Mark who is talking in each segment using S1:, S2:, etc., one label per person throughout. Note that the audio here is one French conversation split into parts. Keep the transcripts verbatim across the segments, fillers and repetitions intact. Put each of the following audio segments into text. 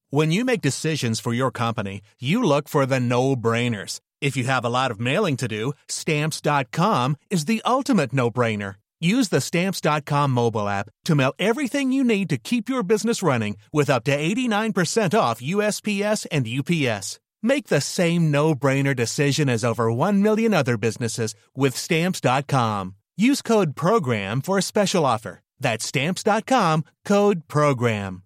S1: When you make decisions for your company, you look for the no-brainers. If you have a lot of mailing to do, Stamps dot com is the ultimate no-brainer. Use the Stamps dot com mobile app to mail everything you need to keep your business running with up to eighty-nine percent off U S P S and U P S. Make the same no-brainer decision as over one million other businesses with Stamps dot com. Use code PROGRAM for a special offer. That's Stamps dot com, code PROGRAM.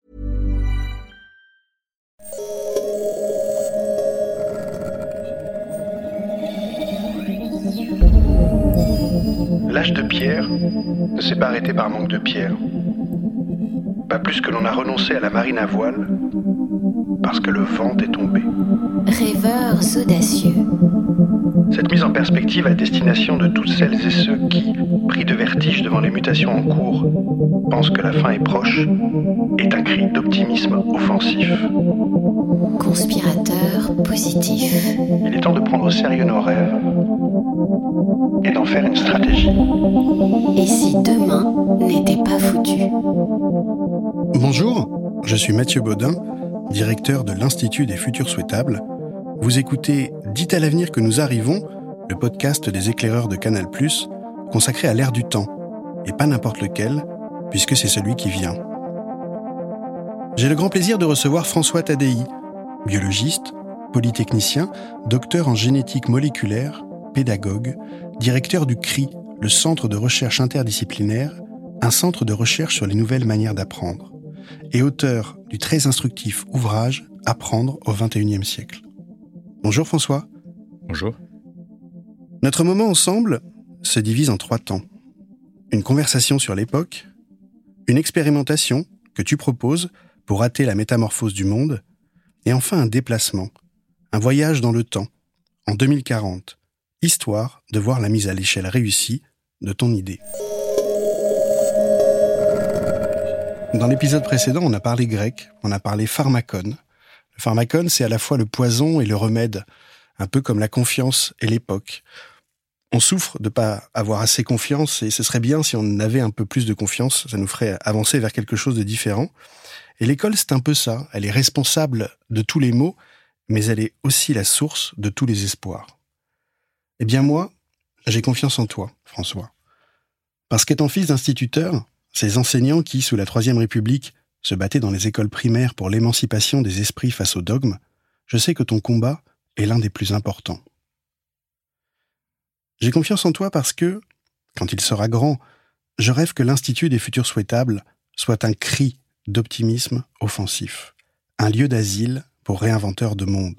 S2: L'âge de pierre ne s'est pas arrêté par manque de pierre. Pas plus que l'on a renoncé à la marine à voile parce que le vent est tombé.
S3: Rêveurs audacieux.
S2: Cette mise en perspective à destination de toutes celles et ceux qui, pris de vertige devant les mutations en cours, pensent que la fin est proche, est un cri d'optimisme offensif.
S3: Conspirateur positif.
S2: Il est temps de prendre au sérieux nos rêves et d'en faire une stratégie.
S3: Et si demain n'était pas foutu?
S4: Bonjour, je suis Mathieu Baudin, directeur de l'Institut des Futurs Souhaitables. Vous écoutez « Dites à l'avenir que nous arrivons », le podcast des éclaireurs de Canal plus, consacré à l'ère du temps, et pas n'importe lequel, puisque c'est celui qui vient. J'ai le grand plaisir de recevoir François Tadei, biologiste, polytechnicien, docteur en génétique moléculaire, pédagogue, directeur du C R I, le Centre de recherche interdisciplinaire, un centre de recherche sur les nouvelles manières d'apprendre, et auteur du très instructif ouvrage « Apprendre au vingt et unième siècle ». Bonjour François.
S5: Bonjour.
S4: Notre moment ensemble se divise en trois temps. Une conversation sur l'époque, une expérimentation que tu proposes pour hâter la métamorphose du monde, et enfin un déplacement, un voyage dans le temps, en deux mille quarante, histoire de voir la mise à l'échelle réussie de ton idée. Dans l'épisode précédent, on a parlé grec, on a parlé pharmacone. Le pharmacone, c'est à la fois le poison et le remède, un peu comme la confiance et l'époque. On souffre de ne pas avoir assez confiance et ce serait bien si on avait un peu plus de confiance, ça nous ferait avancer vers quelque chose de différent. Et l'école, c'est un peu ça, elle est responsable de tous les maux, mais elle est aussi la source de tous les espoirs. Eh bien moi, j'ai confiance en toi, François. Parce qu'étant fils d'instituteur, ces enseignants qui, sous la Troisième République, se battaient dans les écoles primaires pour l'émancipation des esprits face au dogme, je sais que ton combat est l'un des plus importants. J'ai confiance en toi parce que, quand il sera grand, je rêve que l'Institut des Futurs Souhaitables soit un cri d'optimisme offensif, un lieu d'asile pour réinventeurs de monde.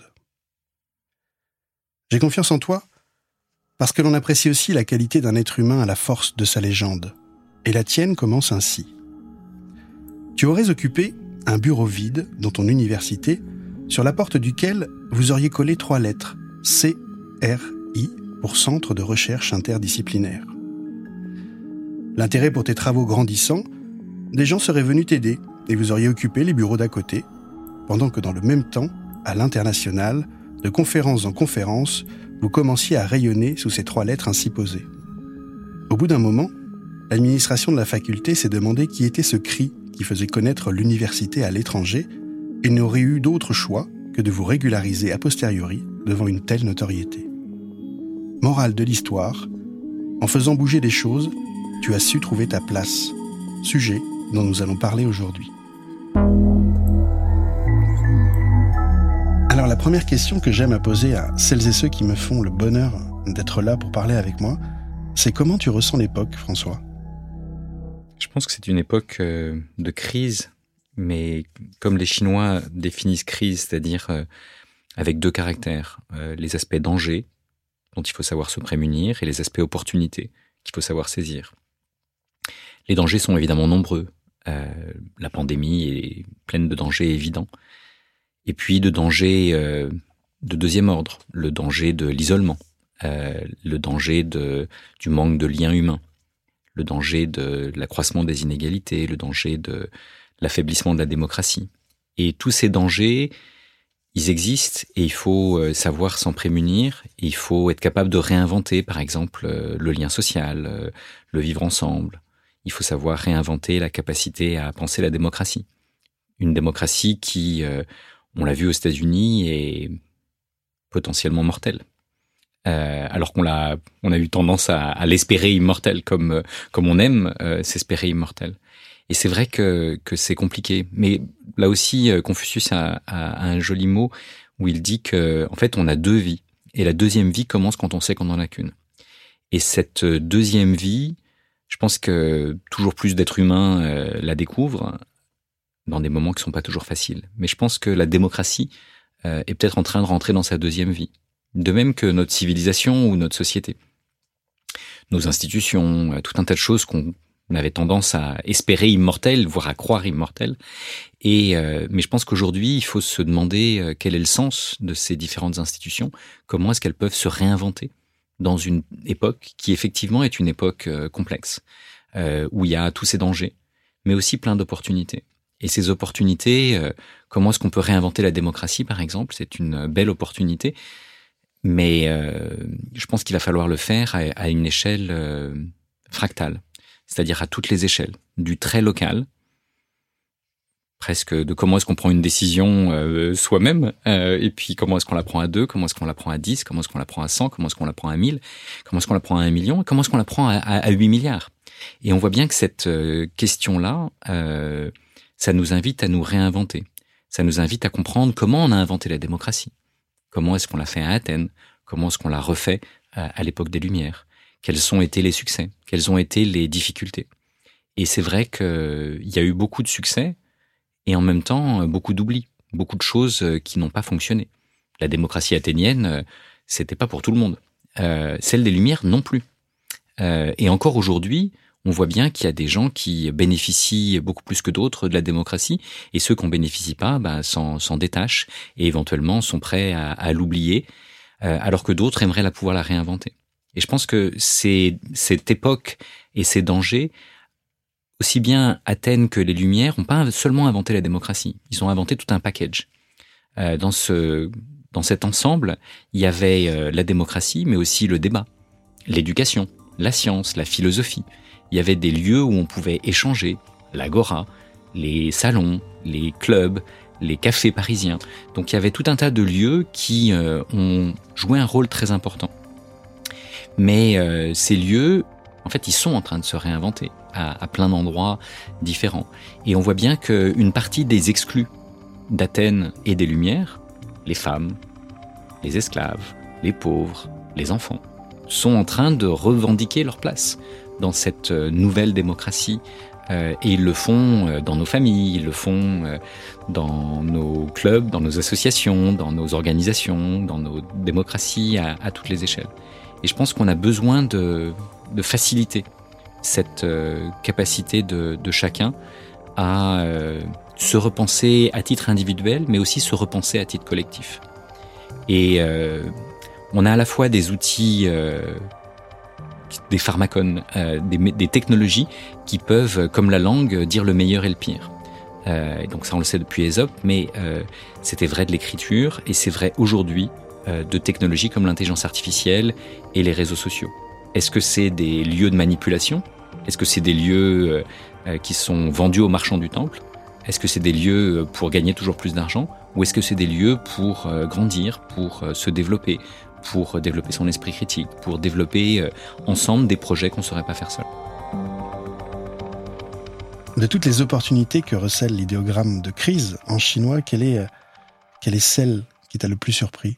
S4: J'ai confiance en toi parce que l'on apprécie aussi la qualité d'un être humain à la force de sa légende, et la tienne commence ainsi. Tu aurais occupé un bureau vide dans ton université, sur la porte duquel vous auriez collé trois lettres, C R I, pour Centre de recherche interdisciplinaire. L'intérêt pour tes travaux grandissant, des gens seraient venus t'aider et vous auriez occupé les bureaux d'à côté, pendant que dans le même temps, à l'international, de conférence en conférence, vous commenciez à rayonner sous ces trois lettres ainsi posées. Au bout d'un moment, l'administration de la faculté s'est demandé qui était ce cri qui faisait connaître l'université à l'étranger et n'aurait eu d'autre choix que de vous régulariser a posteriori devant une telle notoriété. Morale de l'histoire, en faisant bouger les choses, tu as su trouver ta place, sujet dont nous allons parler aujourd'hui. Alors la première question que j'aime à poser à celles et ceux qui me font le bonheur d'être là pour parler avec moi, c'est comment tu ressens l'époque, François ?
S5: Je pense que c'est une époque euh, de crise, mais comme les Chinois définissent crise, c'est-à-dire euh, avec deux caractères, euh, les aspects danger, dont il faut savoir se prémunir, et les aspects opportunité, qu'il faut savoir saisir. Les dangers sont évidemment nombreux. Euh, la pandémie est pleine de dangers évidents. Et puis de dangers euh, de deuxième ordre, le danger de l'isolement, euh, le danger de, du manque de liens humains, le danger de l'accroissement des inégalités, le danger de l'affaiblissement de la démocratie. Et tous ces dangers, ils existent et il faut savoir s'en prémunir. Et il faut être capable de réinventer, par exemple, le lien social, le vivre ensemble. Il faut savoir réinventer la capacité à penser la démocratie. Une démocratie qui, euh, on l'a vu aux États-Unis, est potentiellement mortelle. Euh, alors qu'on l'a, on a eu tendance à, à l'espérer immortelle, comme comme on aime euh, s'espérer immortel. Et c'est vrai que que c'est compliqué. Mais là aussi, Confucius a, a, a un joli mot où il dit que en fait, on a deux vies, et la deuxième vie commence quand on sait qu'on en a qu'une. Et cette deuxième vie, je pense que toujours plus d'êtres humains euh, la découvrent dans des moments qui sont pas toujours faciles. Mais je pense que la démocratie euh, est peut-être en train de rentrer dans sa deuxième vie. De même que notre civilisation ou notre société. Nos institutions, euh, tout un tas de choses qu'on avait tendance à espérer immortelles, voire à croire immortelles. Et, euh, mais je pense qu'aujourd'hui, il faut se demander euh, quel est le sens de ces différentes institutions, comment est-ce qu'elles peuvent se réinventer dans une époque qui effectivement est une époque euh, complexe, euh, où il y a tous ces dangers, mais aussi plein d'opportunités. Et ces opportunités, euh, comment est-ce qu'on peut réinventer la démocratie, par exemple? C'est une belle opportunité, mais euh, je pense qu'il va falloir le faire à, à une échelle euh, fractale, c'est-à-dire à toutes les échelles, du très local, presque de comment est-ce qu'on prend une décision euh, soi-même, euh, et puis comment est-ce qu'on la prend à deux, comment est-ce qu'on la prend à dix, comment est-ce qu'on la prend à cent, comment est-ce qu'on la prend à mille, comment est-ce qu'on la prend à un million, et comment est-ce qu'on la prend à, à, à huit milliards. Et on voit bien que cette euh, question-là, euh, ça nous invite à nous réinventer. Ça nous invite à comprendre comment on a inventé la démocratie. Comment est-ce qu'on l'a fait à Athènes? Comment est-ce qu'on l'a refait à, à l'époque des Lumières? Quels ont été les succès? Quelles ont été les difficultés? Et c'est vrai qu'il y a eu beaucoup de succès et en même temps beaucoup d'oubli, beaucoup de choses qui n'ont pas fonctionné. La démocratie athénienne, c'était pas pour tout le monde. Euh, celle des Lumières non plus. Euh, et encore aujourd'hui, on voit bien qu'il y a des gens qui bénéficient beaucoup plus que d'autres de la démocratie, et ceux qui n'en bénéficient pas ben, s'en, s'en détachent et éventuellement sont prêts à, à l'oublier, euh, alors que d'autres aimeraient la pouvoir la réinventer. Et je pense que c'est cette époque et ces dangers, aussi bien Athènes que les Lumières, n'ont pas seulement inventé la démocratie, ils ont inventé tout un package. Euh, dans ce dans cet ensemble, il y avait euh, la démocratie, mais aussi le débat, l'éducation, la science, la philosophie. Il y avait des lieux où on pouvait échanger, l'agora, les salons, les clubs, les cafés parisiens. Donc il y avait tout un tas de lieux qui euh, ont joué un rôle très important. Mais euh, ces lieux, en fait, ils sont en train de se réinventer à, à plein d'endroits différents. Et on voit bien qu'une partie des exclus d'Athènes et des Lumières, les femmes, les esclaves, les pauvres, les enfants, sont en train de revendiquer leur place dans cette nouvelle démocratie. Euh, et ils le font dans nos familles, ils le font dans nos clubs, dans nos associations, dans nos organisations, dans nos démocraties à, à toutes les échelles. Et je pense qu'on a besoin de, de faciliter cette euh, capacité de, de chacun à euh, se repenser à titre individuel, mais aussi se repenser à titre collectif. Et euh, on a à la fois des outils, euh, des pharmacones, euh, des, des technologies qui peuvent, comme la langue, dire le meilleur et le pire. Euh, et donc ça, on le sait depuis Ésope, mais euh, c'était vrai de l'écriture, et c'est vrai aujourd'hui euh, de technologies comme l'intelligence artificielle et les réseaux sociaux. Est-ce que c'est des lieux de manipulation? Est-ce que c'est des lieux euh, qui sont vendus aux marchands du temple? Est-ce que c'est des lieux pour gagner toujours plus d'argent? Ou est-ce que c'est des lieux pour euh, grandir, pour euh, se développer, pour développer son esprit critique, pour développer euh, ensemble des projets qu'on ne saurait pas faire seul?
S4: De toutes les opportunités que recèle l'idéogramme de crise en chinois, quelle est, euh, quelle est celle qui t'a le plus surpris?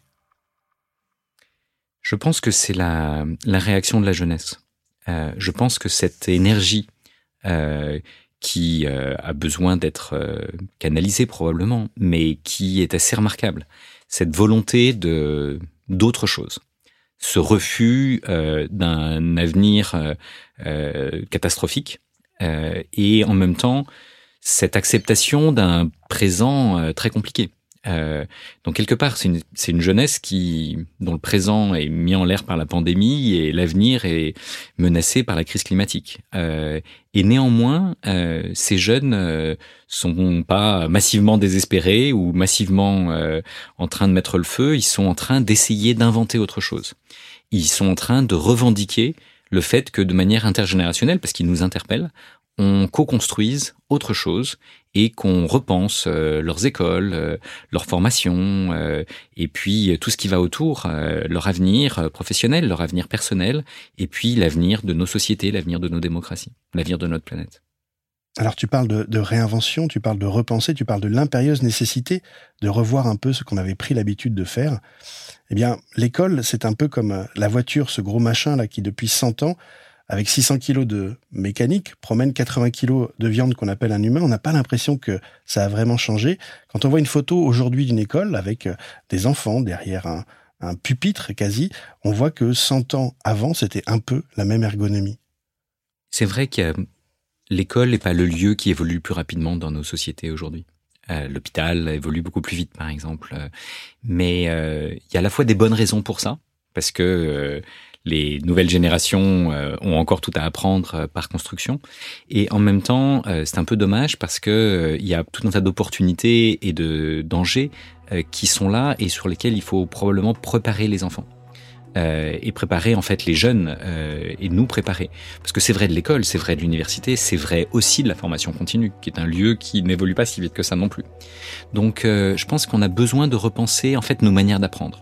S5: Je pense que c'est la, la réaction de la jeunesse. Euh, je pense que cette énergie euh, qui euh, a besoin d'être euh, canalisée probablement, mais qui est assez remarquable, cette volonté de d'autre chose, ce refus euh, d'un avenir euh, euh, catastrophique, euh, et en même temps cette acceptation d'un présent euh, très compliqué. Euh, donc quelque part, c'est une, c'est une jeunesse qui, dont le présent est mis en l'air par la pandémie et l'avenir est menacé par la crise climatique. Euh, et néanmoins, euh, ces jeunes euh, sont pas massivement désespérés ou massivement euh, en train de mettre le feu. Ils sont en train d'essayer d'inventer autre chose. Ils sont en train de revendiquer le fait que de manière intergénérationnelle, parce qu'ils nous interpellent, on co-construise autre chose et qu'on repense euh, leurs écoles, euh, leur formation, euh, et puis euh, tout ce qui va autour, euh, leur avenir euh, professionnel, leur avenir personnel, et puis l'avenir de nos sociétés, l'avenir de nos démocraties, l'avenir de notre planète.
S4: Alors tu parles de, de réinvention, tu parles de repenser, tu parles de l'impérieuse nécessité de revoir un peu ce qu'on avait pris l'habitude de faire. Eh bien, l'école, c'est un peu comme la voiture, ce gros machin là qui depuis cent ans, avec six cents kilos de mécanique, promène quatre-vingts kilos de viande qu'on appelle un humain. On n'a pas l'impression que ça a vraiment changé. Quand on voit une photo aujourd'hui d'une école avec des enfants derrière un, un pupitre quasi, on voit que cent ans avant, c'était un peu la même ergonomie.
S5: C'est vrai que l'école n'est pas le lieu qui évolue le plus rapidement dans nos sociétés aujourd'hui. Euh, l'hôpital évolue beaucoup plus vite, par exemple. Mais euh, il y a à la fois des bonnes raisons pour ça, parce que euh, les nouvelles générations euh, ont encore tout à apprendre euh, par construction. Et en même temps, euh, c'est un peu dommage parce que euh, il y a tout un tas d'opportunités et de dangers euh, qui sont là et sur lesquels il faut probablement préparer les enfants. Euh, et préparer en fait les jeunes euh, et nous préparer. Parce que c'est vrai de l'école, c'est vrai de l'université, c'est vrai aussi de la formation continue, qui est un lieu qui n'évolue pas si vite que ça non plus. Donc euh, je pense qu'on a besoin de repenser en fait nos manières d'apprendre.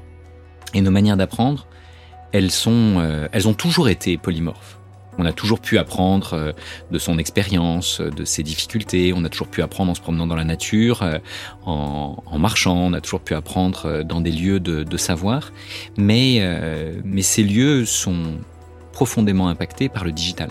S5: Et nos manières d'apprendre, elles sont, euh, elles ont toujours été polymorphes. On a toujours pu apprendre euh, de son expérience, de ses difficultés. On a toujours pu apprendre en se promenant dans la nature, euh, en, en marchant. On a toujours pu apprendre euh, dans des lieux de, de savoir. Mais, euh, mais ces lieux sont profondément impactés par le digital.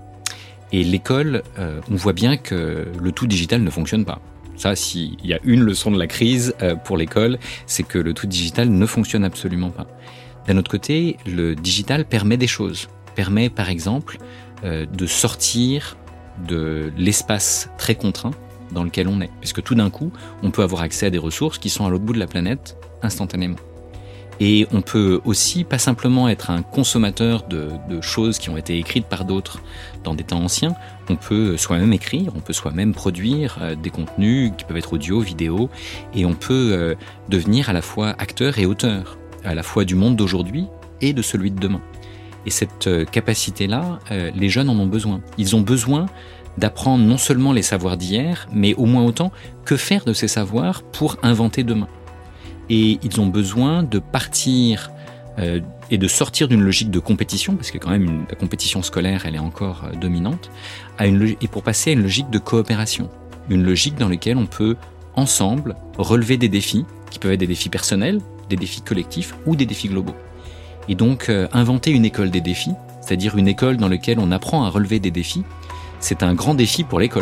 S5: Et l'école, euh, on voit bien que le tout digital ne fonctionne pas. Ça, s'il y a une leçon de la crise euh, pour l'école, c'est que le tout digital ne fonctionne absolument pas. D'un autre côté, le digital permet des choses. Permet, par exemple, euh, de sortir de l'espace très contraint dans lequel on est. Puisque tout d'un coup, on peut avoir accès à des ressources qui sont à l'autre bout de la planète instantanément. Et on peut aussi pas simplement être un consommateur de, de choses qui ont été écrites par d'autres dans des temps anciens. On peut soi-même écrire, on peut soi-même produire euh, des contenus qui peuvent être audio, vidéo, et on peut euh, devenir à la fois acteur et auteur, à la fois du monde d'aujourd'hui et de celui de demain. Et cette capacité-là, euh, les jeunes en ont besoin. Ils ont besoin d'apprendre non seulement les savoirs d'hier, mais au moins autant que faire de ces savoirs pour inventer demain. Et ils ont besoin de partir euh, et de sortir d'une logique de compétition, parce que quand même une, la compétition scolaire, elle est encore euh, dominante, à une logique, et pour passer à une logique de coopération. Une logique dans laquelle on peut, ensemble, relever des défis, qui peuvent être des défis personnels, des défis collectifs ou des défis globaux. Et donc, euh, inventer une école des défis, c'est-à-dire une école dans laquelle on apprend à relever des défis, c'est un grand défi pour l'école.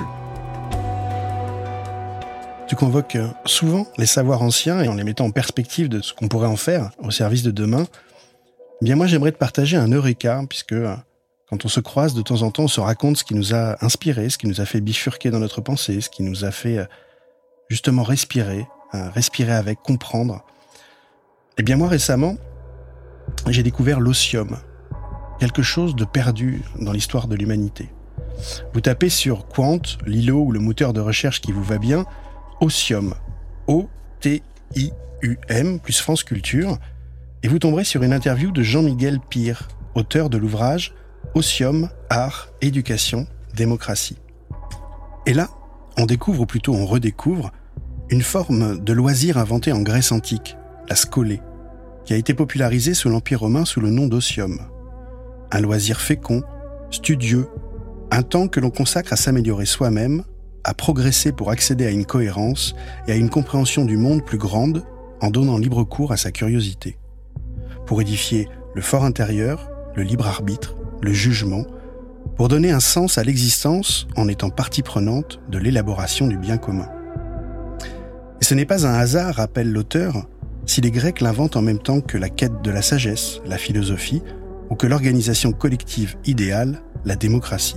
S4: Tu convoques souvent les savoirs anciens et en les mettant en perspective de ce qu'on pourrait en faire au service de demain. Eh bien, moi, j'aimerais te partager un eureka, puisque quand on se croise de temps en temps, on se raconte ce qui nous a inspiré, ce qui nous a fait bifurquer dans notre pensée, ce qui nous a fait justement respirer, respirer avec, comprendre. Eh bien, moi, récemment, j'ai découvert l'osium, quelque chose de perdu dans l'histoire de l'humanité. Vous tapez sur Quant, Lilo ou le moteur de recherche qui vous va bien, Osium, O T I U M, plus France Culture, et vous tomberez sur une interview de Jean-Miguel Pire, auteur de l'ouvrage Osium, Art, Éducation, Démocratie. Et là, on découvre, ou plutôt on redécouvre, une forme de loisir inventée en Grèce antique, la scolée, qui a été popularisée sous l'Empire romain sous le nom d'osium. Un loisir fécond, studieux, un temps que l'on consacre à s'améliorer soi-même, à progresser pour accéder à une cohérence et à une compréhension du monde plus grande en donnant libre cours à sa curiosité. Pour édifier le fort intérieur, le libre arbitre, le jugement, pour donner un sens à l'existence en étant partie prenante de l'élaboration du bien commun. Et ce n'est pas un hasard, rappelle l'auteur, si les Grecs l'inventent en même temps que la quête de la sagesse, la philosophie, ou que l'organisation collective idéale, la démocratie.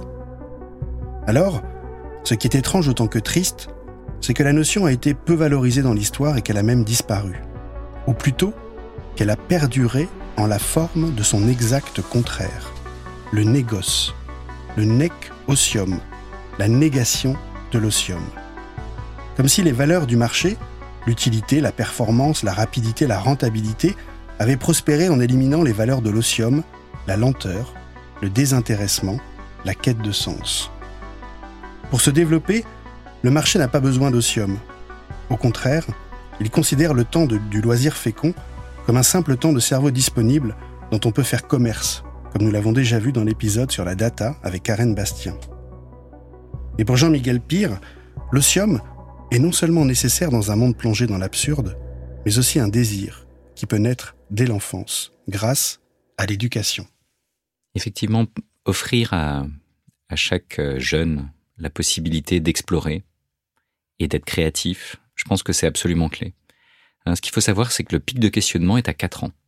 S4: Alors, ce qui est étrange autant que triste, c'est que la notion a été peu valorisée dans l'histoire et qu'elle a même disparu. Ou plutôt, qu'elle a perduré en la forme de son exact contraire, le négoce, le nec osium, la négation de l'osium. Comme si les valeurs du marché, l'utilité, la performance, la rapidité, la rentabilité avaient prospéré en éliminant les valeurs de l'osium, la lenteur, le désintéressement, la quête de sens. Pour se développer, le marché n'a pas besoin d'osium. Au contraire, il considère le temps de, du loisir fécond comme un simple temps de cerveau disponible dont on peut faire commerce, comme nous l'avons déjà vu dans l'épisode sur la data avec Karen Bastien. Et pour Jean-Miguel Pire, l'osium est non seulement nécessaire dans un monde plongé dans l'absurde, mais aussi un désir qui peut naître dès l'enfance, grâce à l'éducation.
S5: Effectivement, offrir à, à chaque jeune la possibilité d'explorer et d'être créatif, je pense que c'est absolument clé. Hein, ce qu'il faut savoir, c'est que le pic de questionnement est à quatre ans.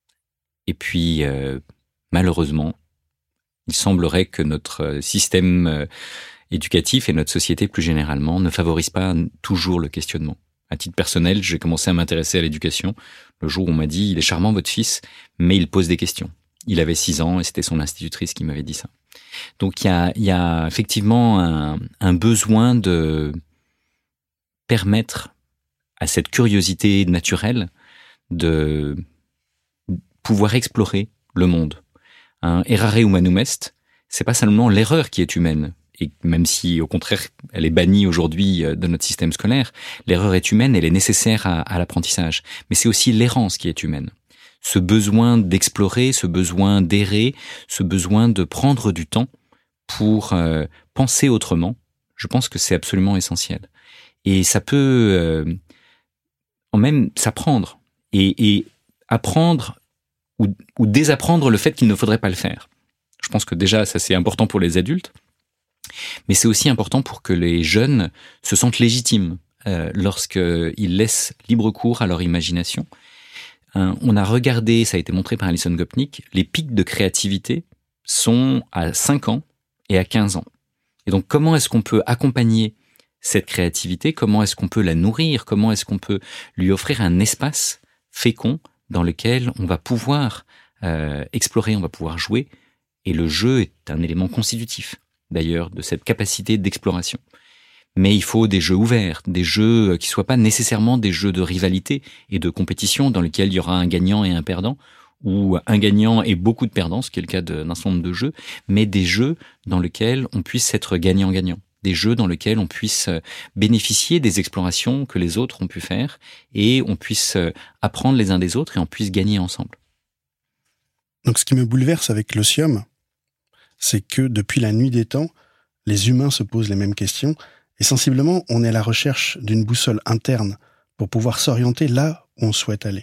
S5: Et puis, euh, malheureusement, il semblerait que notre système euh, éducatif et notre société plus généralement ne favorisent pas toujours le questionnement. À titre personnel, j'ai commencé à m'intéresser à l'éducation le jour où on m'a dit « Il est charmant votre fils, mais il pose des questions ». Il avait six ans et c'était son institutrice qui m'avait dit ça. Donc il y a, il y a effectivement un, un besoin de permettre à cette curiosité naturelle de pouvoir explorer le monde. Un errare humanum est, c'est pas seulement l'erreur qui est humaine. Et même si, au contraire, elle est bannie aujourd'hui de notre système scolaire, l'erreur est humaine, elle est nécessaire à, à l'apprentissage. Mais c'est aussi l'errance qui est humaine. Ce besoin d'explorer, ce besoin d'errer, ce besoin de prendre du temps pour euh, penser autrement, je pense que c'est absolument essentiel. Et ça peut euh, en même s'apprendre et, et apprendre ou, ou désapprendre le fait qu'il ne faudrait pas le faire. Je pense que déjà, ça c'est important pour les adultes, mais c'est aussi important pour que les jeunes se sentent légitimes euh, lorsqu'ils laissent libre cours à leur imagination. Euh, on a regardé, ça a été montré par Alison Gopnik, les pics de créativité sont à cinq ans et à quinze ans. Et donc comment est-ce qu'on peut accompagner cette créativité, comment est-ce qu'on peut la nourrir, comment est-ce qu'on peut lui offrir un espace fécond dans lequel on va pouvoir euh, explorer, on va pouvoir jouer, et le jeu est un élément constitutif d'ailleurs de cette capacité d'exploration. Mais il faut des jeux ouverts, des jeux qui soient pas nécessairement des jeux de rivalité et de compétition dans lesquels il y aura un gagnant et un perdant, ou un gagnant et beaucoup de perdants, ce qui est le cas d'un certain nombre de jeux, mais des jeux dans lesquels on puisse être gagnant-gagnant. Des jeux dans lesquels on puisse bénéficier des explorations que les autres ont pu faire et on puisse apprendre les uns des autres et on puisse gagner ensemble.
S4: Donc ce qui me bouleverse avec l'osium, c'est que depuis la nuit des temps, les humains se posent les mêmes questions et sensiblement on est à la recherche d'une boussole interne pour pouvoir s'orienter là où on souhaite aller.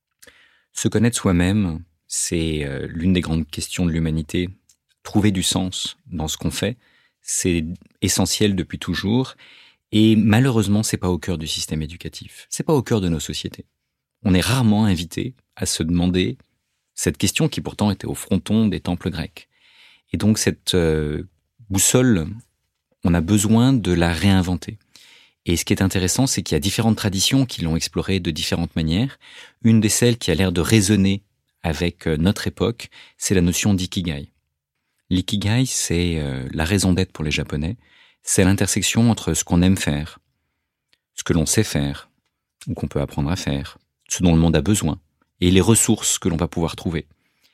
S5: Se connaître soi-même, c'est l'une des grandes questions de l'humanité. Trouver du sens dans ce qu'on fait, c'est essentiel depuis toujours, et malheureusement, c'est pas au cœur du système éducatif. C'est pas au cœur de nos sociétés. On est rarement invité à se demander cette question qui pourtant était au fronton des temples grecs. Et donc cette euh, boussole, on a besoin de la réinventer. Et ce qui est intéressant, c'est qu'il y a différentes traditions qui l'ont explorée de différentes manières. Une des celles qui a l'air de résonner avec notre époque, c'est la notion d'ikigai. L'ikigai, c'est euh, la raison d'être pour les Japonais. C'est l'intersection entre ce qu'on aime faire, ce que l'on sait faire, ou qu'on peut apprendre à faire, ce dont le monde a besoin, et les ressources que l'on va pouvoir trouver.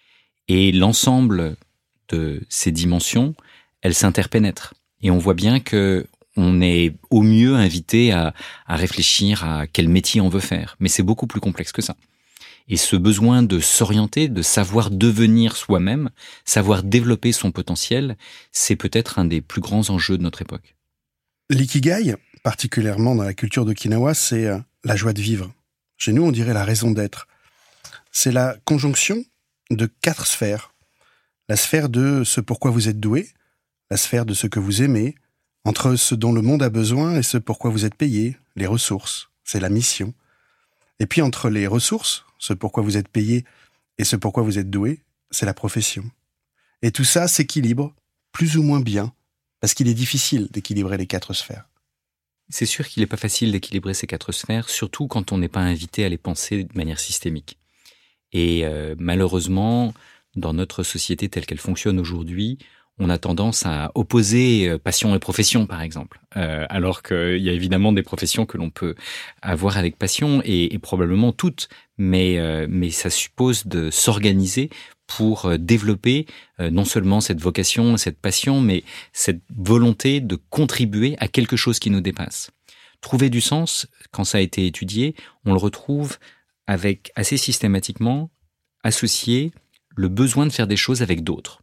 S5: Et l'ensemble de ces dimensions, elles s'interpénètrent. Et on voit bien que on est au mieux invité à, à réfléchir à quel métier on veut faire. Mais c'est beaucoup plus complexe que ça. Et ce besoin de s'orienter, de savoir devenir soi-même, savoir développer son potentiel, c'est peut-être un des plus grands enjeux de notre époque.
S4: L'ikigai, particulièrement dans la culture d'Okinawa, c'est la joie de vivre. Chez nous, on dirait la raison d'être. C'est la conjonction de quatre sphères. La sphère de ce pourquoi vous êtes doué, la sphère de ce que vous aimez, entre ce dont le monde a besoin et ce pourquoi vous êtes payé, les ressources, c'est la mission. Et puis entre les ressources, ce pourquoi vous êtes payé et ce pourquoi vous êtes doué, c'est la profession. Et tout ça s'équilibre plus ou moins bien, parce qu'il est difficile d'équilibrer les quatre sphères.
S5: C'est sûr qu'il n'est pas facile d'équilibrer ces quatre sphères, surtout quand on n'est pas invité à les penser de manière systémique. Et euh, malheureusement, dans notre société telle qu'elle fonctionne aujourd'hui, on a tendance à opposer passion et profession, par exemple, euh, alors qu'il y a évidemment des professions que l'on peut avoir avec passion, et, et probablement toutes, mais, euh, mais ça suppose de s'organiser pour développer euh, non seulement cette vocation, cette passion, mais cette volonté de contribuer à quelque chose qui nous dépasse. Trouver du sens, quand ça a été étudié, on le retrouve avec assez systématiquement associé le besoin de faire des choses avec d'autres.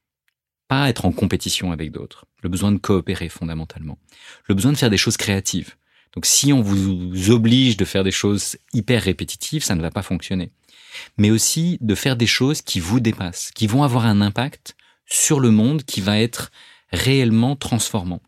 S5: Pas être en compétition avec d'autres. Le besoin de coopérer fondamentalement. Le besoin de faire des choses créatives. Donc si on vous oblige de faire des choses hyper répétitives, ça ne va pas fonctionner. Mais aussi de faire des choses qui vous dépassent, qui vont avoir un impact sur le monde, qui va être réellement transformant.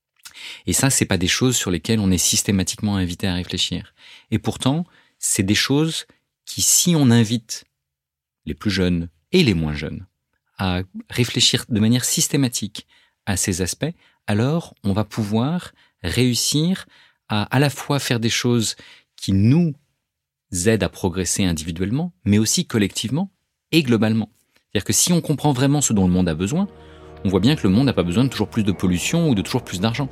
S5: Et ça, c'est pas des choses sur lesquelles on est systématiquement invité à réfléchir. Et pourtant, c'est des choses qui, si on invite les plus jeunes et les moins jeunes à réfléchir de manière systématique à ces aspects, alors on va pouvoir réussir à à la fois faire des choses qui nous aident à progresser individuellement, mais aussi collectivement et globalement. C'est-à-dire que si on comprend vraiment ce dont le monde a besoin, on voit bien que le monde n'a pas besoin de toujours plus de pollution ou de toujours plus d'argent.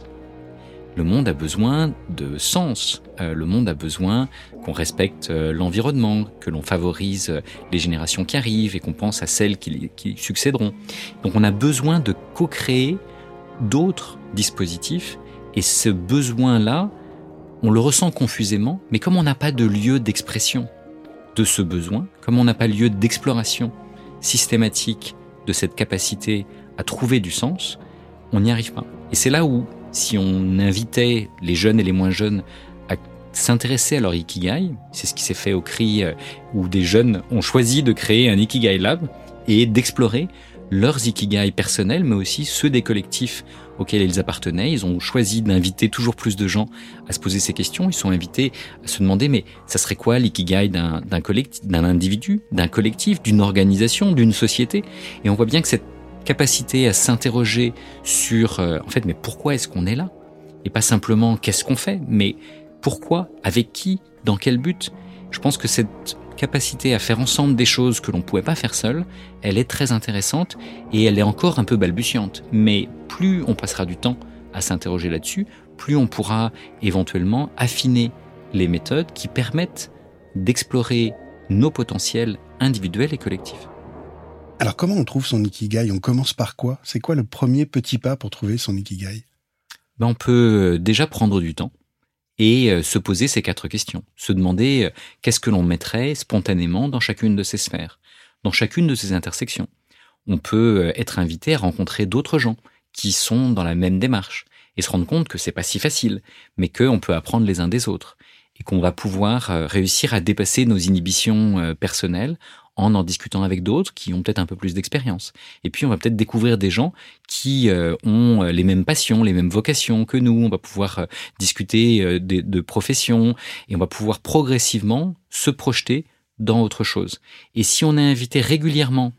S5: Le monde a besoin de sens. Euh, le monde a besoin qu'on respecte euh, l'environnement, que l'on favorise euh, les générations qui arrivent et qu'on pense à celles qui, qui succéderont. Donc on a besoin de co-créer d'autres dispositifs, et ce besoin-là, on le ressent confusément, mais comme on n'a pas de lieu d'expression de ce besoin, comme on n'a pas lieu d'exploration systématique de cette capacité à trouver du sens, on n'y arrive pas. Et c'est là où, si on invitait les jeunes et les moins jeunes à s'intéresser à leur Ikigai, c'est ce qui s'est fait au C R I, où des jeunes ont choisi de créer un Ikigai Lab et d'explorer leurs Ikigai personnels, mais aussi ceux des collectifs auxquels ils appartenaient. Ils ont choisi d'inviter toujours plus de gens à se poser ces questions. Ils sont invités à se demander, mais ça serait quoi l'Ikigai d'un, d'un collectif, d'un individu, d'un collectif, d'une organisation, d'une société? Et on voit bien que cette capacité à s'interroger sur, euh, en fait, mais pourquoi est-ce qu'on est là? Et pas simplement qu'est-ce qu'on fait, mais pourquoi, avec qui, dans quel but? Je pense que cette capacité à faire ensemble des choses que l'on ne pouvait pas faire seul, elle est très intéressante et elle est encore un peu balbutiante. Mais plus on passera du temps à s'interroger là-dessus, plus on pourra éventuellement affiner les méthodes qui permettent d'explorer nos potentiels individuels et collectifs.
S4: Alors comment on trouve son Ikigai? On commence par quoi? C'est quoi le premier petit pas pour trouver son Ikigai?
S5: Ben, on peut déjà prendre du temps et euh, se poser ces quatre questions. Se demander euh, qu'est-ce que l'on mettrait spontanément dans chacune de ces sphères, dans chacune de ces intersections. On peut euh, être invité à rencontrer d'autres gens qui sont dans la même démarche et se rendre compte que c'est pas si facile, mais qu'on peut apprendre les uns des autres et qu'on va pouvoir euh, réussir à dépasser nos inhibitions euh, personnelles en en discutant avec d'autres qui ont peut-être un peu plus d'expérience. Et puis on va peut-être découvrir des gens qui euh, ont les mêmes passions, les mêmes vocations que nous. On va pouvoir euh, discuter euh, de, de professions et on va pouvoir progressivement se projeter dans autre chose. Et si on est invité régulièrement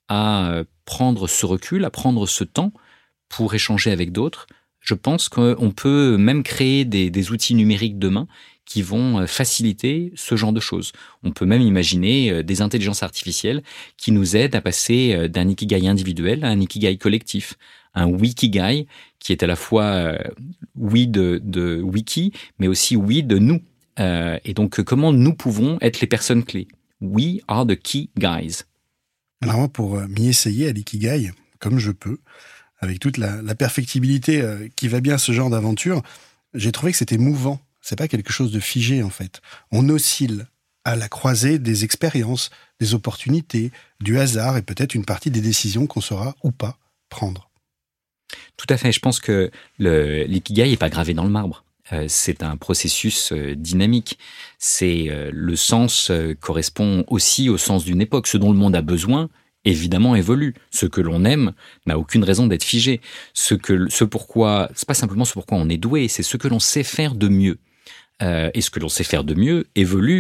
S5: à euh, prendre ce recul, à prendre ce temps pour échanger avec d'autres, je pense qu'on peut même créer des, des outils numériques demain qui vont faciliter ce genre de choses. On peut même imaginer des intelligences artificielles qui nous aident à passer d'un Ikigai individuel à un Ikigai collectif, un Wikigai qui est à la fois oui de, de wiki, mais aussi oui de nous. Euh, et donc, comment nous pouvons être les personnes clés? We are the key guys.
S4: Alors moi, pour m'y essayer à l'Ikigai, comme je peux, avec toute la, la perfectibilité qui va bien à ce genre d'aventure, j'ai trouvé que c'était mouvant. C'est pas quelque chose de figé, en fait. On oscille à la croisée des expériences, des opportunités, du hasard et peut-être une partie des décisions qu'on saura ou pas prendre.
S5: Tout à fait. Je pense que le, l'ikigai est pas gravé dans le marbre. Euh, c'est un processus euh, dynamique. C'est euh, le sens euh, correspond aussi au sens d'une époque. Ce dont le monde a besoin, évidemment, évolue. Ce que l'on aime n'a aucune raison d'être figé. Ce que, ce pourquoi, c'est pas simplement ce pourquoi on est doué, c'est ce que l'on sait faire de mieux. Euh, et ce que l'on sait faire de mieux évolue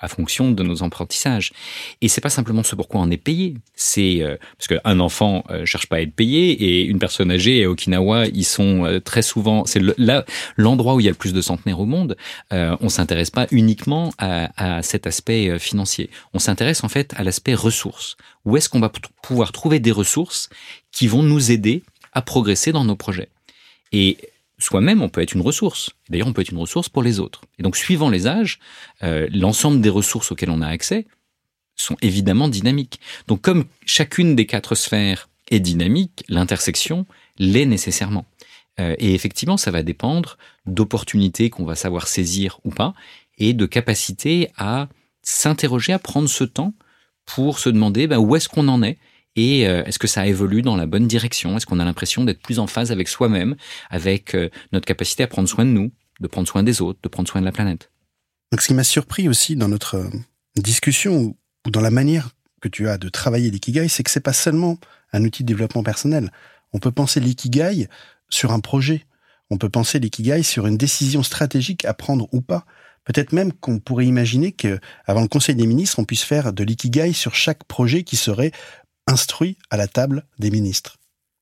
S5: à fonction de nos apprentissages. Et c'est pas simplement ce pourquoi on est payé. C'est euh, parce qu'un enfant euh, cherche pas à être payé, et une personne âgée à Okinawa, ils sont euh, très souvent, c'est le, là l'endroit où il y a le plus de centenaires au monde. Euh, on s'intéresse pas uniquement à, à cet aspect euh, financier. On s'intéresse en fait à l'aspect ressources. Où est-ce qu'on va p- pouvoir trouver des ressources qui vont nous aider à progresser dans nos projets. Et soi-même, on peut être une ressource. D'ailleurs, on peut être une ressource pour les autres. Et donc, suivant les âges, euh, l'ensemble des ressources auxquelles on a accès sont évidemment dynamiques. Donc, comme chacune des quatre sphères est dynamique, l'intersection l'est nécessairement. Euh, et effectivement, ça va dépendre d'opportunités qu'on va savoir saisir ou pas, et de capacité à s'interroger, à prendre ce temps pour se demander ben, où est-ce qu'on en est. Et euh, est-ce que ça évolue dans la bonne direction? Est-ce qu'on a l'impression d'être plus en phase avec soi-même, avec euh, notre capacité à prendre soin de nous, de prendre soin des autres, de prendre soin de la planète?
S4: Donc, ce qui m'a surpris aussi dans notre euh, discussion, ou, ou dans la manière que tu as de travailler l'ikigai, c'est que c'est pas seulement un outil de développement personnel. On peut penser l'ikigai sur un projet. On peut penser l'ikigai sur une décision stratégique à prendre ou pas. Peut-être même qu'on pourrait imaginer qu'avant le Conseil des ministres, on puisse faire de l'ikigai sur chaque projet qui serait instruit à la table des ministres.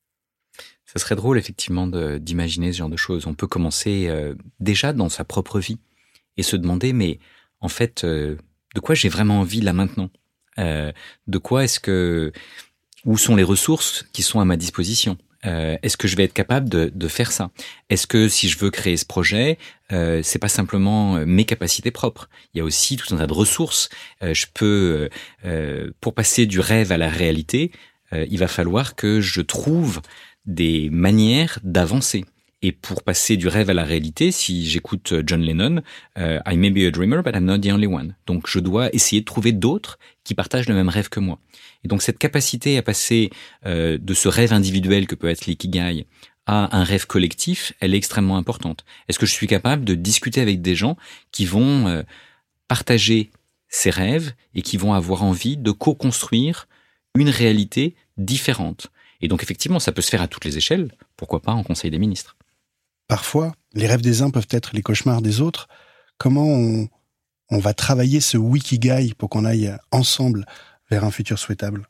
S5: Ça serait drôle, effectivement, de, d'imaginer ce genre de choses. On peut commencer euh, déjà dans sa propre vie et se demander, mais en fait, euh, de quoi j'ai vraiment envie là maintenant? euh, De quoi est-ce que... Où sont les ressources qui sont à ma disposition? Euh, est-ce que je vais être capable de, de faire ça? Est-ce que si je veux créer ce projet, euh, c'est pas simplement mes capacités propres? Il y a aussi tout un tas de ressources. Euh, je peux, euh, pour passer du rêve à la réalité, euh, il va falloir que je trouve des manières d'avancer. Et pour passer du rêve à la réalité, si j'écoute John Lennon, euh, I may be a dreamer, but I'm not the only one. Donc je dois essayer de trouver d'autres qui partagent le même rêve que moi. Et donc cette capacité à passer euh, de ce rêve individuel que peut être l'ikigai à un rêve collectif, elle est extrêmement importante. Est-ce que je suis capable de discuter avec des gens qui vont euh, partager ces rêves et qui vont avoir envie de co-construire une réalité différente? Et donc effectivement, ça peut se faire à toutes les échelles, pourquoi pas en Conseil des ministres.
S4: Parfois, les rêves des uns peuvent être les cauchemars des autres. Comment on, on va travailler ce wikigai pour qu'on aille ensemble vers un futur souhaitable?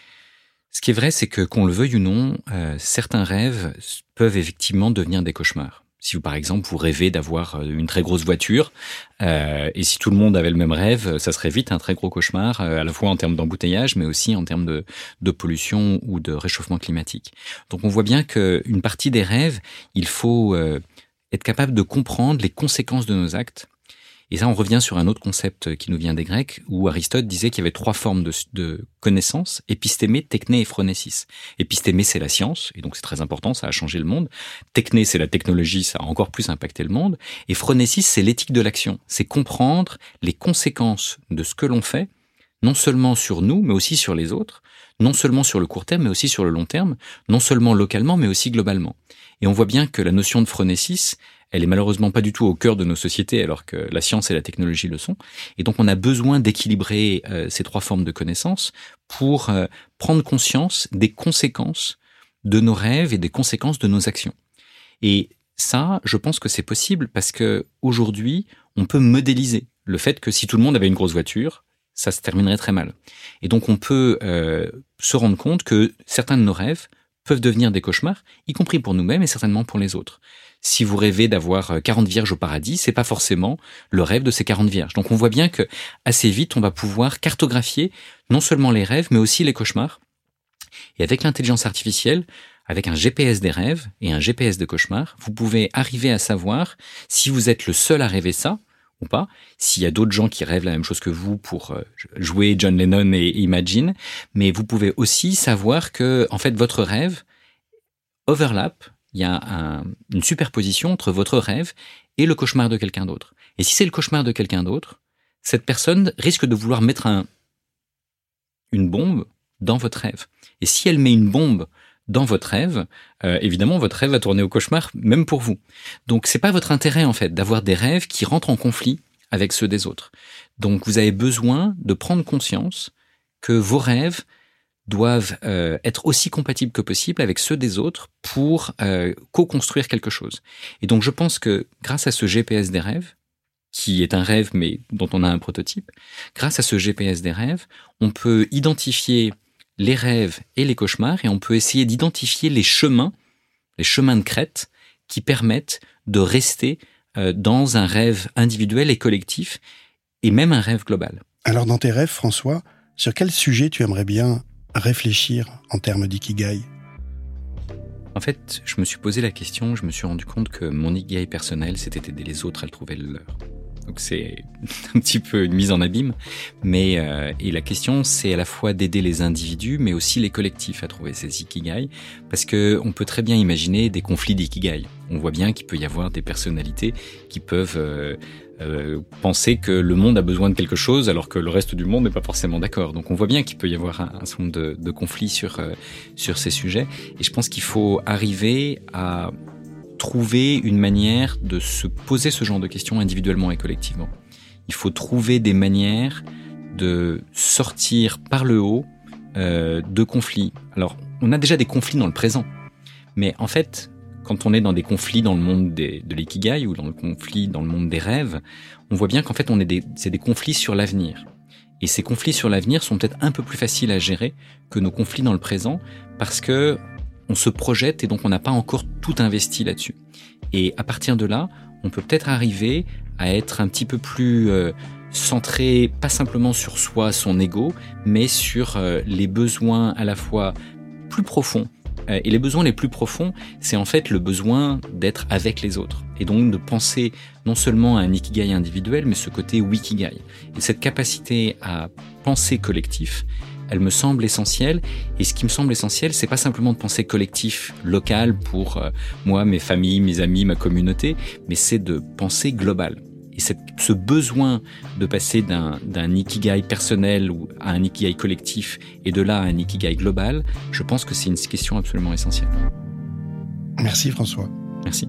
S5: Ce qui est vrai, c'est que, qu'on le veuille ou non, euh, certains rêves peuvent effectivement devenir des cauchemars. Si vous, par exemple, vous rêvez d'avoir une très grosse voiture, euh, et si tout le monde avait le même rêve, ça serait vite un très gros cauchemar, euh, à la fois en termes d'embouteillage, mais aussi en termes de, de pollution ou de réchauffement climatique. Donc on voit bien qu'une partie des rêves, il faut euh, être capable de comprendre les conséquences de nos actes. Et ça, on revient sur un autre concept qui nous vient des Grecs, où Aristote disait qu'il y avait trois formes de, de connaissances, épistémé, techné et phronésis. Épistémé, c'est la science, et donc c'est très important, ça a changé le monde. Techné, c'est la technologie, ça a encore plus impacté le monde. Et phronésis, c'est l'éthique de l'action. C'est comprendre les conséquences de ce que l'on fait, non seulement sur nous, mais aussi sur les autres, non seulement sur le court terme, mais aussi sur le long terme, non seulement localement, mais aussi globalement. Et on voit bien que la notion de phronésis, elle est malheureusement pas du tout au cœur de nos sociétés, alors que la science et la technologie le sont. Et donc, on a besoin d'équilibrer euh, ces trois formes de connaissances pour euh, prendre conscience des conséquences de nos rêves et des conséquences de nos actions. Et ça, je pense que c'est possible parce que aujourd'hui, on peut modéliser le fait que si tout le monde avait une grosse voiture, ça se terminerait très mal. Et donc, on peut euh, se rendre compte que certains de nos rêves peuvent devenir des cauchemars, y compris pour nous-mêmes et certainement pour les autres. Si vous rêvez d'avoir quarante vierges au paradis, c'est pas forcément le rêve de ces quarante vierges. Donc on voit bien que assez vite, on va pouvoir cartographier non seulement les rêves, mais aussi les cauchemars. Et avec l'intelligence artificielle, avec un G P S des rêves et un G P S de cauchemars, vous pouvez arriver à savoir si vous êtes le seul à rêver ça ou pas, s'il y a d'autres gens qui rêvent la même chose que vous pour jouer John Lennon et Imagine, mais vous pouvez aussi savoir que, en fait, votre rêve overlap. Il y a un, une superposition entre votre rêve et le cauchemar de quelqu'un d'autre. Et si c'est le cauchemar de quelqu'un d'autre, cette personne risque de vouloir mettre un, une bombe dans votre rêve. Et si elle met une bombe dans votre rêve, euh, évidemment, votre rêve va tourner au cauchemar, même pour vous. Donc, c'est pas votre intérêt, en fait, d'avoir des rêves qui rentrent en conflit avec ceux des autres. Donc, vous avez besoin de prendre conscience que vos rêves doivent euh, être aussi compatibles que possible avec ceux des autres pour euh, co-construire quelque chose. Et donc je pense que grâce à ce G P S des rêves, qui est un rêve mais dont on a un prototype, grâce à ce G P S des rêves, on peut identifier les rêves et les cauchemars et on peut essayer d'identifier les chemins, les chemins de crête qui permettent de rester euh, dans un rêve individuel et collectif et même un rêve global.
S4: Alors dans tes rêves, François, sur quel sujet tu aimerais bien réfléchir en termes d'ikigai ?
S5: En fait, je me suis posé la question, je me suis rendu compte que mon ikigai personnel, c'était d'aider les autres à le trouver le leur. Donc c'est un petit peu une mise en abîme, mais euh, et la question c'est à la fois d'aider les individus, mais aussi les collectifs à trouver ces ikigai, parce que on peut très bien imaginer des conflits d'ikigai. On voit bien qu'il peut y avoir des personnalités qui peuvent euh, euh, penser que le monde a besoin de quelque chose, alors que le reste du monde n'est pas forcément d'accord. Donc on voit bien qu'il peut y avoir un, un certain nombre de, de conflits sur euh, sur ces sujets, et je pense qu'il faut arriver à trouver une manière de se poser ce genre de questions individuellement et collectivement. Il faut trouver des manières de sortir par le haut euh, de conflits. Alors, on a déjà des conflits dans le présent, mais en fait, quand on est dans des conflits dans le monde des, de l'ikigai ou dans le conflit dans le monde des rêves, on voit bien qu'en fait, on est des, c'est des conflits sur l'avenir. Et ces conflits sur l'avenir sont peut-être un peu plus faciles à gérer que nos conflits dans le présent, parce que on se projette et donc on n'a pas encore tout investi là-dessus. Et à partir de là, on peut peut-être arriver à être un petit peu plus euh, centré, pas simplement sur soi, son ego, mais sur euh, les besoins à la fois plus profonds. Euh, et les besoins les plus profonds, c'est en fait le besoin d'être avec les autres. Et donc de penser non seulement à un ikigai individuel, mais ce côté wikigai. Et cette capacité à penser collectif, elle me semble essentielle, et ce qui me semble essentiel, c'est pas simplement de penser collectif, local pour euh, moi, mes familles, mes amis, ma communauté, mais c'est de penser global. Et cette, ce besoin de passer d'un, d'un ikigai personnel ou à un ikigai collectif, et de là à un ikigai global, je pense que c'est une question absolument essentielle.
S4: Merci François.
S5: Merci.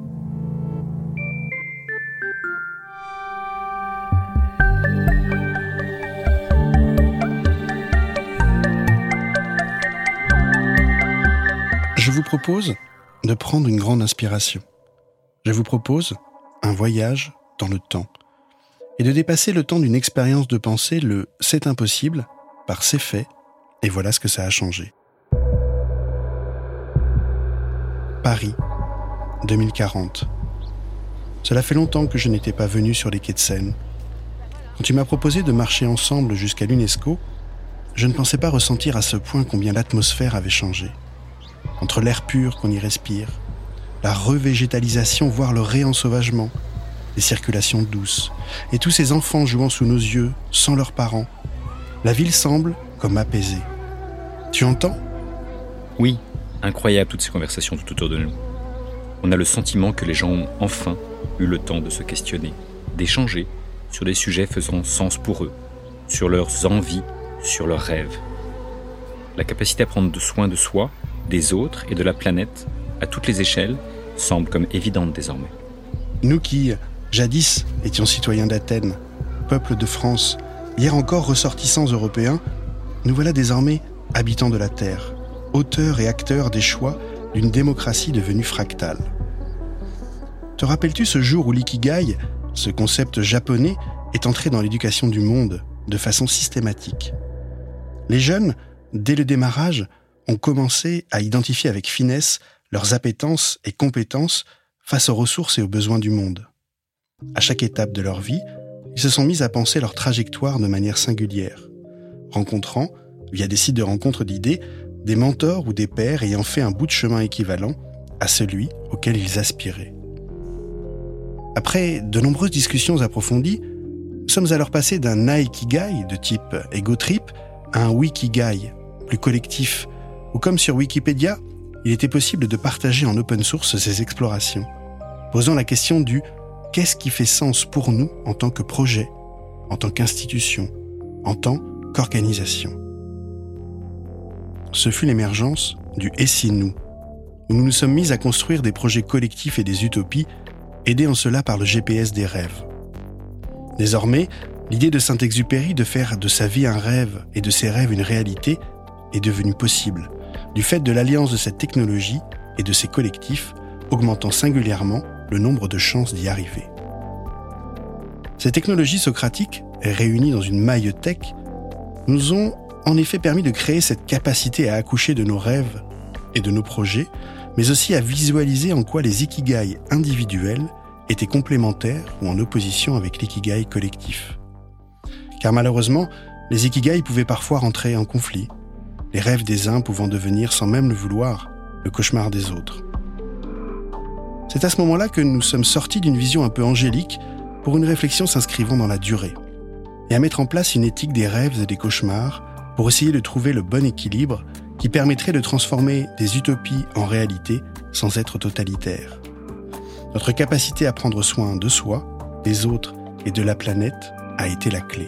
S4: Je vous propose de prendre une grande inspiration. Je vous propose un voyage dans le temps et de dépasser le temps d'une expérience de pensée, le « c'est impossible » par « c'est fait » et voilà ce que ça a changé. Paris, deux mille quarante. Cela fait longtemps que je n'étais pas venu sur les quais de Seine. Quand tu m'as proposé de marcher ensemble jusqu'à l'UNESCO, je ne pensais pas ressentir à ce point combien l'atmosphère avait changé. Entre l'air pur qu'on y respire, la revégétalisation, voire le réensauvagement, les circulations douces, et tous ces enfants jouant sous nos yeux, sans leurs parents, la ville semble comme apaisée. Tu entends ?
S5: Oui, incroyable toutes ces conversations tout autour de nous. On a le sentiment que les gens ont enfin eu le temps de se questionner, d'échanger sur des sujets faisant sens pour eux, sur leurs envies, sur leurs rêves. La capacité à prendre soin de soi, des autres et de la planète, à toutes les échelles, semble comme évidente désormais.
S4: Nous qui, jadis, étions citoyens d'Athènes, peuple de France, hier encore ressortissants européens, nous voilà désormais habitants de la Terre, auteurs et acteurs des choix d'une démocratie devenue fractale. Te rappelles-tu ce jour où l'ikigai, ce concept japonais, est entré dans l'éducation du monde de façon systématique ? Les jeunes, dès le démarrage, ont commencé à identifier avec finesse leurs appétences et compétences face aux ressources et aux besoins du monde. À chaque étape de leur vie, ils se sont mis à penser leur trajectoire de manière singulière, rencontrant, via des sites de rencontre d'idées, des mentors ou des pairs ayant fait un bout de chemin équivalent à celui auquel ils aspiraient. Après de nombreuses discussions approfondies, nous sommes alors passés d'un aikigai de type ego trip à un wikigai, plus collectif, où comme sur Wikipédia, il était possible de partager en open source ces explorations, posant la question du « qu'est-ce qui fait sens pour nous en tant que projet, en tant qu'institution, en tant qu'organisation ?» Ce fut l'émergence du « et si nous », où nous nous sommes mis à construire des projets collectifs et des utopies, aidés en cela par le G P S des rêves. Désormais, l'idée de Saint-Exupéry de faire de sa vie un rêve et de ses rêves une réalité est devenue possible, du fait de l'alliance de cette technologie et de ses collectifs, augmentant singulièrement le nombre de chances d'y arriver. Ces technologies socratiques, réunies dans une maïothèque, nous ont en effet permis de créer cette capacité à accoucher de nos rêves et de nos projets, mais aussi à visualiser en quoi les ikigai individuels étaient complémentaires ou en opposition avec l'ikigai collectif. Car malheureusement, les ikigai pouvaient parfois rentrer en conflit, les rêves des uns pouvant devenir, sans même le vouloir, le cauchemar des autres. C'est à ce moment-là que nous sommes sortis d'une vision un peu angélique pour une réflexion s'inscrivant dans la durée, et à mettre en place une éthique des rêves et des cauchemars pour essayer de trouver le bon équilibre qui permettrait de transformer des utopies en réalité sans être totalitaire. Notre capacité à prendre soin de soi, des autres et de la planète a été la clé.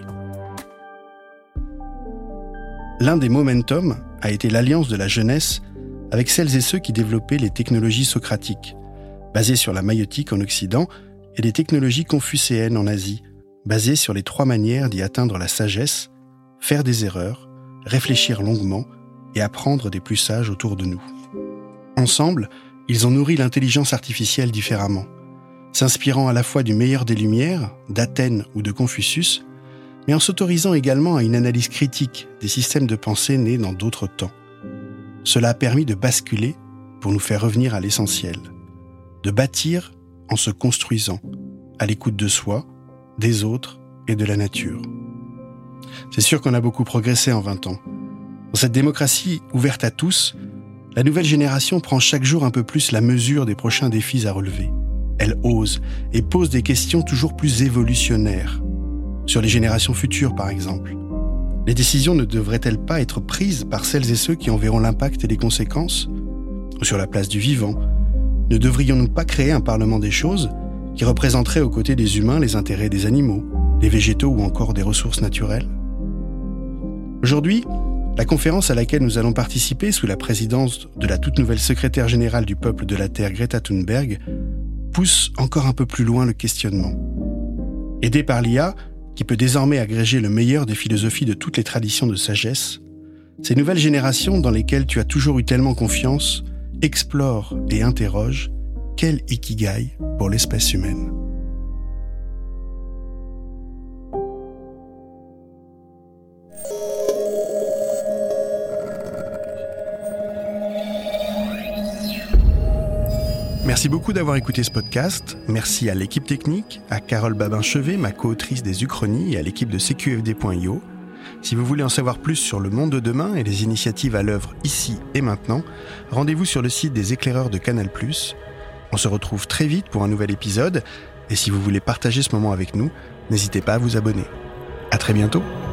S4: L'un des momentum a été l'alliance de la jeunesse avec celles et ceux qui développaient les technologies socratiques, basées sur la maïotique en Occident et les technologies confucéennes en Asie, basées sur les trois manières d'y atteindre la sagesse, faire des erreurs, réfléchir longuement et apprendre des plus sages autour de nous. Ensemble, ils ont nourri l'intelligence artificielle différemment, s'inspirant à la fois du meilleur des Lumières, d'Athènes ou de Confucius, mais en s'autorisant également à une analyse critique des systèmes de pensée nés dans d'autres temps. Cela a permis de basculer pour nous faire revenir à l'essentiel, de bâtir en se construisant, à l'écoute de soi, des autres et de la nature. C'est sûr qu'on a beaucoup progressé en vingt ans. Dans cette démocratie ouverte à tous, la nouvelle génération prend chaque jour un peu plus la mesure des prochains défis à relever. Elle ose et pose des questions toujours plus évolutionnaires. Sur les générations futures, par exemple. Les décisions ne devraient-elles pas être prises par celles et ceux qui en verront l'impact et les conséquences ? Ou sur la place du vivant ? Ne devrions-nous pas créer un parlement des choses qui représenterait aux côtés des humains les intérêts des animaux, des végétaux ou encore des ressources naturelles ? Aujourd'hui, la conférence à laquelle nous allons participer sous la présidence de la toute nouvelle secrétaire générale du peuple de la Terre, Greta Thunberg, pousse encore un peu plus loin le questionnement. Aidée par l'I A, qui peut désormais agréger le meilleur des philosophies de toutes les traditions de sagesse, ces nouvelles générations dans lesquelles tu as toujours eu tellement confiance explorent et interrogent quel ikigai pour l'espèce humaine. Merci beaucoup d'avoir écouté ce podcast. Merci à l'équipe technique, à Carole Babin-Chevet, ma co-autrice des Uchronies, et à l'équipe de C Q F D point I O. Si vous voulez en savoir plus sur le monde de demain et les initiatives à l'œuvre ici et maintenant, rendez-vous sur le site des éclaireurs de Canal plus. On se retrouve très vite pour un nouvel épisode. Et si vous voulez partager ce moment avec nous, n'hésitez pas à vous abonner. À très bientôt.